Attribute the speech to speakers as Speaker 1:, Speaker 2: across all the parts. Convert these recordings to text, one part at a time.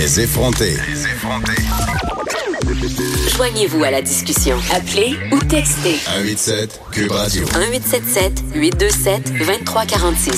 Speaker 1: Les effrontés.
Speaker 2: Joignez-vous à la discussion. Appelez ou textez.
Speaker 1: 187 Cube Radio.
Speaker 2: 1877-827-2346.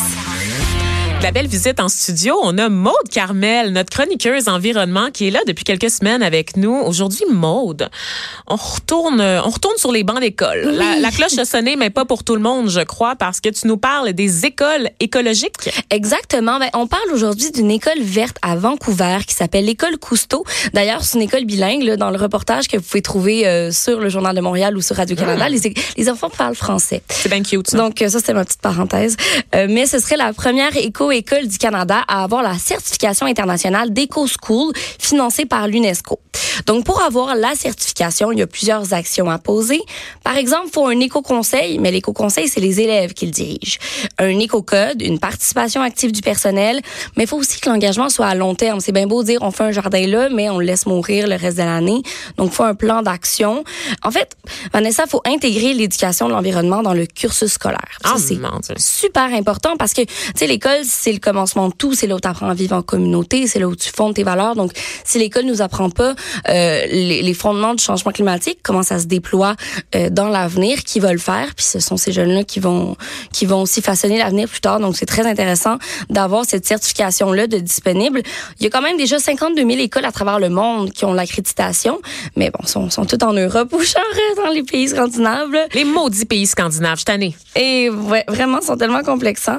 Speaker 3: La belle visite en studio, on a Maude Carmel, notre chroniqueuse environnement, qui est là depuis quelques semaines avec nous. Aujourd'hui, Maude, on retourne sur les bancs d'école.
Speaker 4: Oui.
Speaker 3: La cloche a sonné, mais pas pour tout le monde, je crois, parce que tu nous parles des écoles écologiques.
Speaker 4: Exactement. On parle aujourd'hui d'une école verte à Vancouver qui s'appelle l'école Cousteau. D'ailleurs, c'est une école bilingue. Là, dans le reportage que vous pouvez trouver sur le Journal de Montréal ou sur Radio-Canada, les enfants parlent français.
Speaker 3: C'est bien cute, ça.
Speaker 4: Donc, ça, c'était ma petite parenthèse. Mais ce serait la première école du Canada à avoir la certification internationale d'Eco-School financée par l'UNESCO. Donc, pour avoir la certification, il y a plusieurs actions à poser. Par exemple, il faut un éco-conseil, mais l'éco-conseil, c'est les élèves qui le dirigent. Un éco-code, une participation active du personnel, mais il faut aussi que l'engagement soit à long terme. C'est bien beau dire on fait un jardin là, mais on le laisse mourir le reste de l'année. Donc, il faut un plan d'action. En fait, Vanessa, il faut intégrer l'éducation de l'environnement dans le cursus scolaire. Ça, c'est super important parce que, tu sais, l'école, c'est le commencement de tout. C'est là où tu apprends à vivre en communauté. C'est là où tu fondes tes valeurs. Donc, si l'école nous apprend pas les fondements du changement climatique, comment ça se déploie dans l'avenir, qui va le faire? Puis ce sont ces jeunes-là qui vont aussi façonner l'avenir plus tard. Donc, c'est très intéressant d'avoir cette certification-là de disponible. Il y a quand même déjà 52 000 écoles à travers le monde qui ont l'accréditation. Mais bon, sont toutes en Europe ou genre dans les pays scandinaves.
Speaker 3: Les maudits pays scandinaves, je t'en ai.
Speaker 4: Et ouais, vraiment, sont tellement complexants.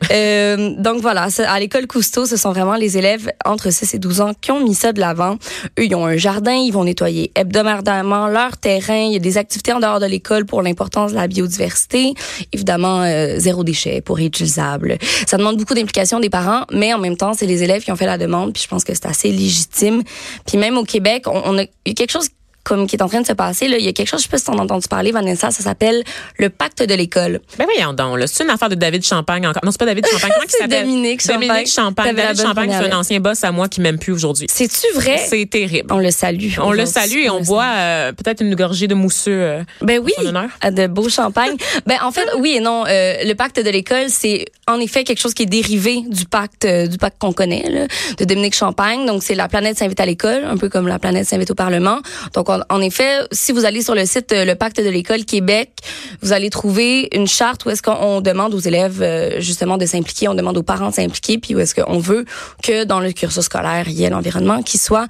Speaker 4: Donc voilà, à l'école Cousteau, ce sont vraiment les élèves entre 6 et 12 ans qui ont mis ça de l'avant. Eux, ils ont un jardin, ils vont nettoyer hebdomadairement leur terrain. Il y a des activités en dehors de l'école pour l'importance de la biodiversité. Évidemment, zéro déchet pour réutilisable. Ça demande beaucoup d'implication des parents, mais en même temps, c'est les élèves qui ont fait la demande, puis je pense que c'est assez légitime. Puis même au Québec, il y a quelque chose qui est en train de se passer. Là. Il y a quelque chose, je sais pas si t'en as entendu parler, Vanessa, ça s'appelle le pacte de l'école.
Speaker 3: Ben voyons donc, là. C'est une affaire de David Champagne encore. Non, c'est pas David Champagne. Comment il s'appelle?
Speaker 4: Dominique Champagne.
Speaker 3: David Champagne, c'est un ancien boss à moi qui m'aime plus aujourd'hui.
Speaker 4: C'est-tu vrai?
Speaker 3: C'est terrible.
Speaker 4: On le salue.
Speaker 3: On le salue et on boit peut-être une gorgée de mousseux
Speaker 4: ben oui,
Speaker 3: en honneur.
Speaker 4: De beau champagne. Ben en fait, oui et non. Le pacte de l'école, c'est en effet quelque chose qui est dérivé du pacte qu'on connaît, là, de Dominique Champagne. Donc, c'est la planète s'invite à l'école, un peu comme la planète s'invite au Parlement. Donc, en effet, si vous allez sur le site Le Pacte de l'école Québec, vous allez trouver une charte où est-ce qu'on demande aux élèves justement de s'impliquer, on demande aux parents de s'impliquer, puis où est-ce qu'on veut que dans le cursus scolaire, il y ait l'environnement qui soit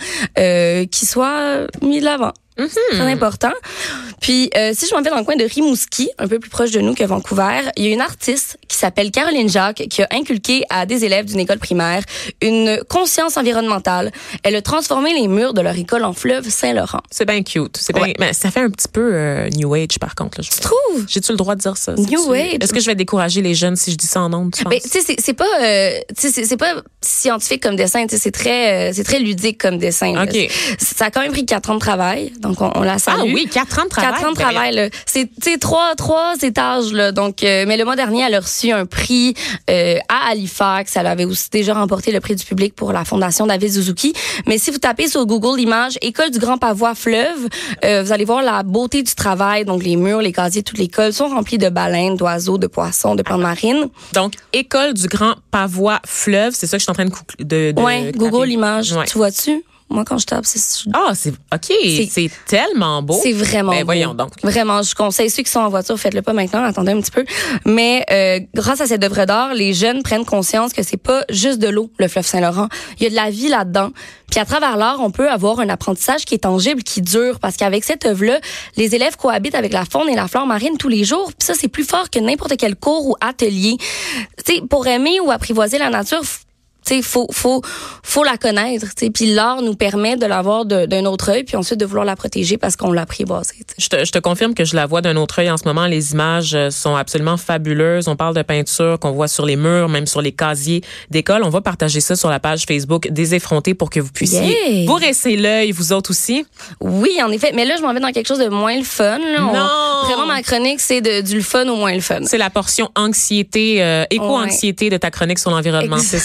Speaker 4: mis de l'avant.
Speaker 3: Mm-hmm.
Speaker 4: C'est très important. Puis, si je m'en vais dans le coin de Rimouski, un peu plus proche de nous que Vancouver, il y a une artiste qui s'appelle Caroline Jacques qui a inculqué à des élèves d'une école primaire une conscience environnementale. Elle a transformé les murs de leur école en fleuve Saint-Laurent.
Speaker 3: C'est bien cute. C'est bien, mais ça fait un petit peu New Age, par contre. Là,
Speaker 4: tu trouves?
Speaker 3: J'ai-tu le droit de dire ça?
Speaker 4: New Age?
Speaker 3: Est-ce que je vais décourager les jeunes si je dis ça en ondes, tu penses?
Speaker 4: Ben, tu sais, c'est pas scientifique comme dessin. C'est très ludique comme dessin.
Speaker 3: OK.
Speaker 4: Ça a quand même pris 4 ans de travail. Donc, on la salue.
Speaker 3: Ah oui, 4 ans de travail.
Speaker 4: 4 ans de travail, là. C'est, trois étages, là. Donc, mais le mois dernier, elle a reçu un prix, à Halifax. Elle avait aussi déjà remporté le prix du public pour la Fondation David Suzuki. Mais si vous tapez sur Google Images, École du Grand Pavois Fleuve, vous allez voir la beauté du travail. Donc, les murs, les casiers, toute l'école sont remplis de baleines, d'oiseaux, de poissons, de plantes marines.
Speaker 3: Donc, École du Grand Pavois Fleuve, c'est ça que je suis en train de
Speaker 4: ouais, Google Images.
Speaker 3: Ouais.
Speaker 4: Tu vois-tu? Moi, quand je tape, c'est...
Speaker 3: Ah, c'est OK. C'est tellement beau.
Speaker 4: C'est vraiment beau.
Speaker 3: Voyons donc.
Speaker 4: Vraiment, je conseille ceux qui sont en voiture, faites-le pas maintenant, attendez un petit peu. Mais grâce à cette œuvre d'art, les jeunes prennent conscience que c'est pas juste de l'eau, le fleuve Saint-Laurent. Il y a de la vie là-dedans. Puis à travers l'art, on peut avoir un apprentissage qui est tangible, qui dure, parce qu'avec cette œuvre-là, les élèves cohabitent avec la faune et la flore marine tous les jours. Puis ça, c'est plus fort que n'importe quel cours ou atelier. Tu sais, pour aimer ou apprivoiser la nature, tu sais, faut la connaître, tu sais, puis l'art nous permet de l'avoir d'un autre œil, puis ensuite de vouloir la protéger parce qu'on l'a apprivoisée.
Speaker 3: Je te confirme que je la vois d'un autre œil en ce moment. Les images sont absolument fabuleuses. On parle de peinture qu'on voit sur les murs, même sur les casiers d'école. On va partager ça sur la page Facebook des effrontés pour que vous puissiez vous rincer l'œil, vous autres aussi.
Speaker 4: Oui, en effet. Mais là, je m'en vais dans quelque chose de moins le fun. Là.
Speaker 3: Non!
Speaker 4: Vraiment, ma chronique, c'est du le fun au moins le fun.
Speaker 3: C'est la portion anxiété, éco-anxiété de ta chronique sur l'environnement, c'est ça?
Speaker 4: Exactement.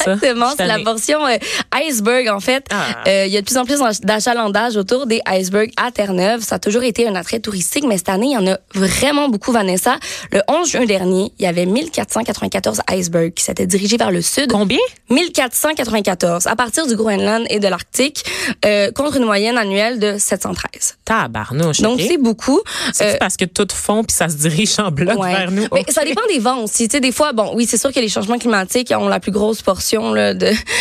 Speaker 4: Non, c'est la portion iceberg, en fait. Il y a de plus en plus d'achalandage autour des icebergs à Terre-Neuve. Ça a toujours été un attrait touristique, mais cette année, il y en a vraiment beaucoup, Vanessa. Le 11 juin dernier, il y avait 1494 icebergs qui s'étaient dirigés vers le sud.
Speaker 3: Combien?
Speaker 4: 1494, à partir du Groenland et de l'Arctique, contre une moyenne annuelle de 713.
Speaker 3: Tabarnouche.
Speaker 4: Donc, c'est beaucoup.
Speaker 3: C'est parce que tout fond puis ça se dirige en bloc vers nous.
Speaker 4: Mais ça dépend des vents aussi. Tu sais, des fois, bon, oui, c'est sûr que les changements climatiques ont la plus grosse portion là,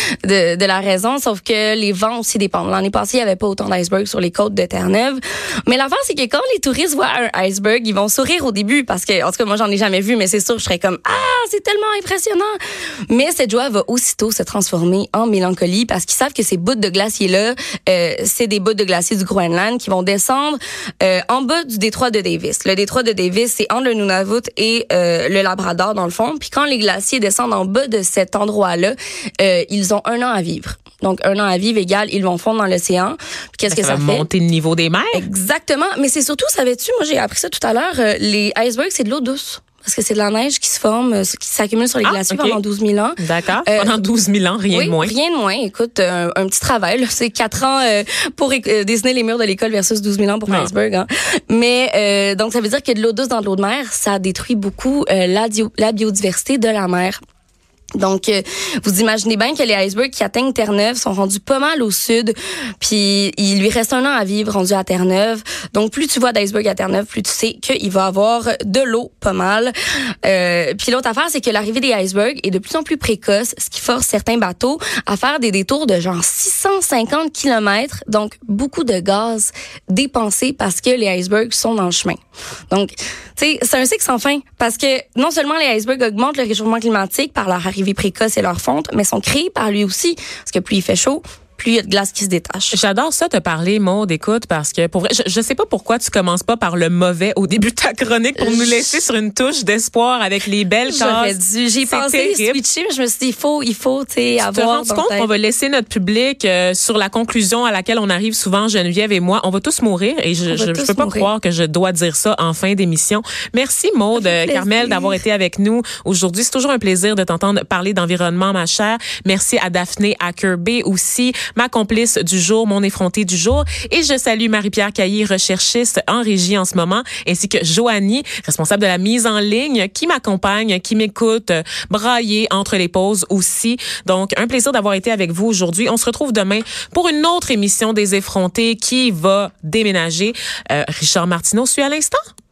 Speaker 4: de la raison, sauf que les vents aussi dépendent. L'année passée, il n'y avait pas autant d'icebergs sur les côtes de Terre-Neuve. Mais l'affaire, c'est que quand les touristes voient un iceberg, ils vont sourire au début parce que, en tout cas, moi, j'en ai jamais vu, mais c'est sûr, je serais comme, c'est tellement impressionnant. Mais cette joie va aussitôt se transformer en mélancolie parce qu'ils savent que ces bouts de glaciers-là, c'est des bouts de glaciers du Groenland qui vont descendre en bas du détroit de Davis. Le détroit de Davis, c'est entre le Nunavut et le Labrador, dans le fond. Puis quand les glaciers descendent en bas de cet endroit-là, ils ont 1 an à vivre. Donc, 1 an à vivre égale, ils vont fondre dans l'océan. Puis qu'est-ce que ça fait?
Speaker 3: Monter le niveau des mers?
Speaker 4: Exactement. Mais c'est surtout, savais-tu, moi j'ai appris ça tout à l'heure, les icebergs, c'est de l'eau douce. Parce que c'est de la neige qui se forme, qui s'accumule sur les glaciers pendant 12 000 ans.
Speaker 3: D'accord. Pendant 12 000 ans, rien de moins.
Speaker 4: Rien de moins. Écoute, un petit travail. Là. C'est 4 ans pour dessiner les murs de l'école versus 12 000 ans pour l'iceberg. Hein. Mais donc, ça veut dire que de l'eau douce dans de l'eau de mer, ça détruit beaucoup la biodiversité de la mer. Donc, vous imaginez bien que les icebergs qui atteignent Terre-Neuve sont rendus pas mal au sud, puis il lui reste 1 an à vivre rendu à Terre-Neuve. Donc, plus tu vois d'icebergs à Terre-Neuve, plus tu sais qu'il va avoir de l'eau pas mal. Puis l'autre affaire, c'est que l'arrivée des icebergs est de plus en plus précoce, ce qui force certains bateaux à faire des détours de genre 650 km, donc beaucoup de gaz dépensé parce que les icebergs sont dans le chemin. Donc, tu sais, c'est un cycle sans fin parce que non seulement les icebergs augmentent le réchauffement climatique par leur arrivée précoce et leur fonte, mais sont créés par lui aussi parce que plus il fait chaud, plus il y a de glace qui se détache.
Speaker 3: J'adore ça te parler, Maude, écoute, parce que pour vrai, je sais pas pourquoi tu commences pas par le mauvais au début de ta chronique pour nous laisser sur une touche d'espoir avec les belles
Speaker 4: J'aurais
Speaker 3: cases.
Speaker 4: dû. J'ai pensé switcher, mais je me suis dit, il faut, tu sais, avoir.
Speaker 3: Tu te rends compte qu'on va laisser notre public sur la conclusion à laquelle on arrive souvent, Geneviève et moi. On va tous mourir et je peux pas croire que je dois dire ça en fin d'émission. Merci, Maude, Carmel, d'avoir été avec nous aujourd'hui. C'est toujours un plaisir de t'entendre parler d'environnement, ma chère. Merci à Daphné Ackerbay aussi, ma complice du jour, mon effrontée du jour. Et je salue Marie-Pierre Caillé, recherchiste en régie en ce moment, ainsi que Joanie, responsable de la mise en ligne, qui m'accompagne, qui m'écoute, brailler entre les pauses aussi. Donc, un plaisir d'avoir été avec vous aujourd'hui. On se retrouve demain pour une autre émission des effrontés qui va déménager. Richard Martineau suit à l'instant.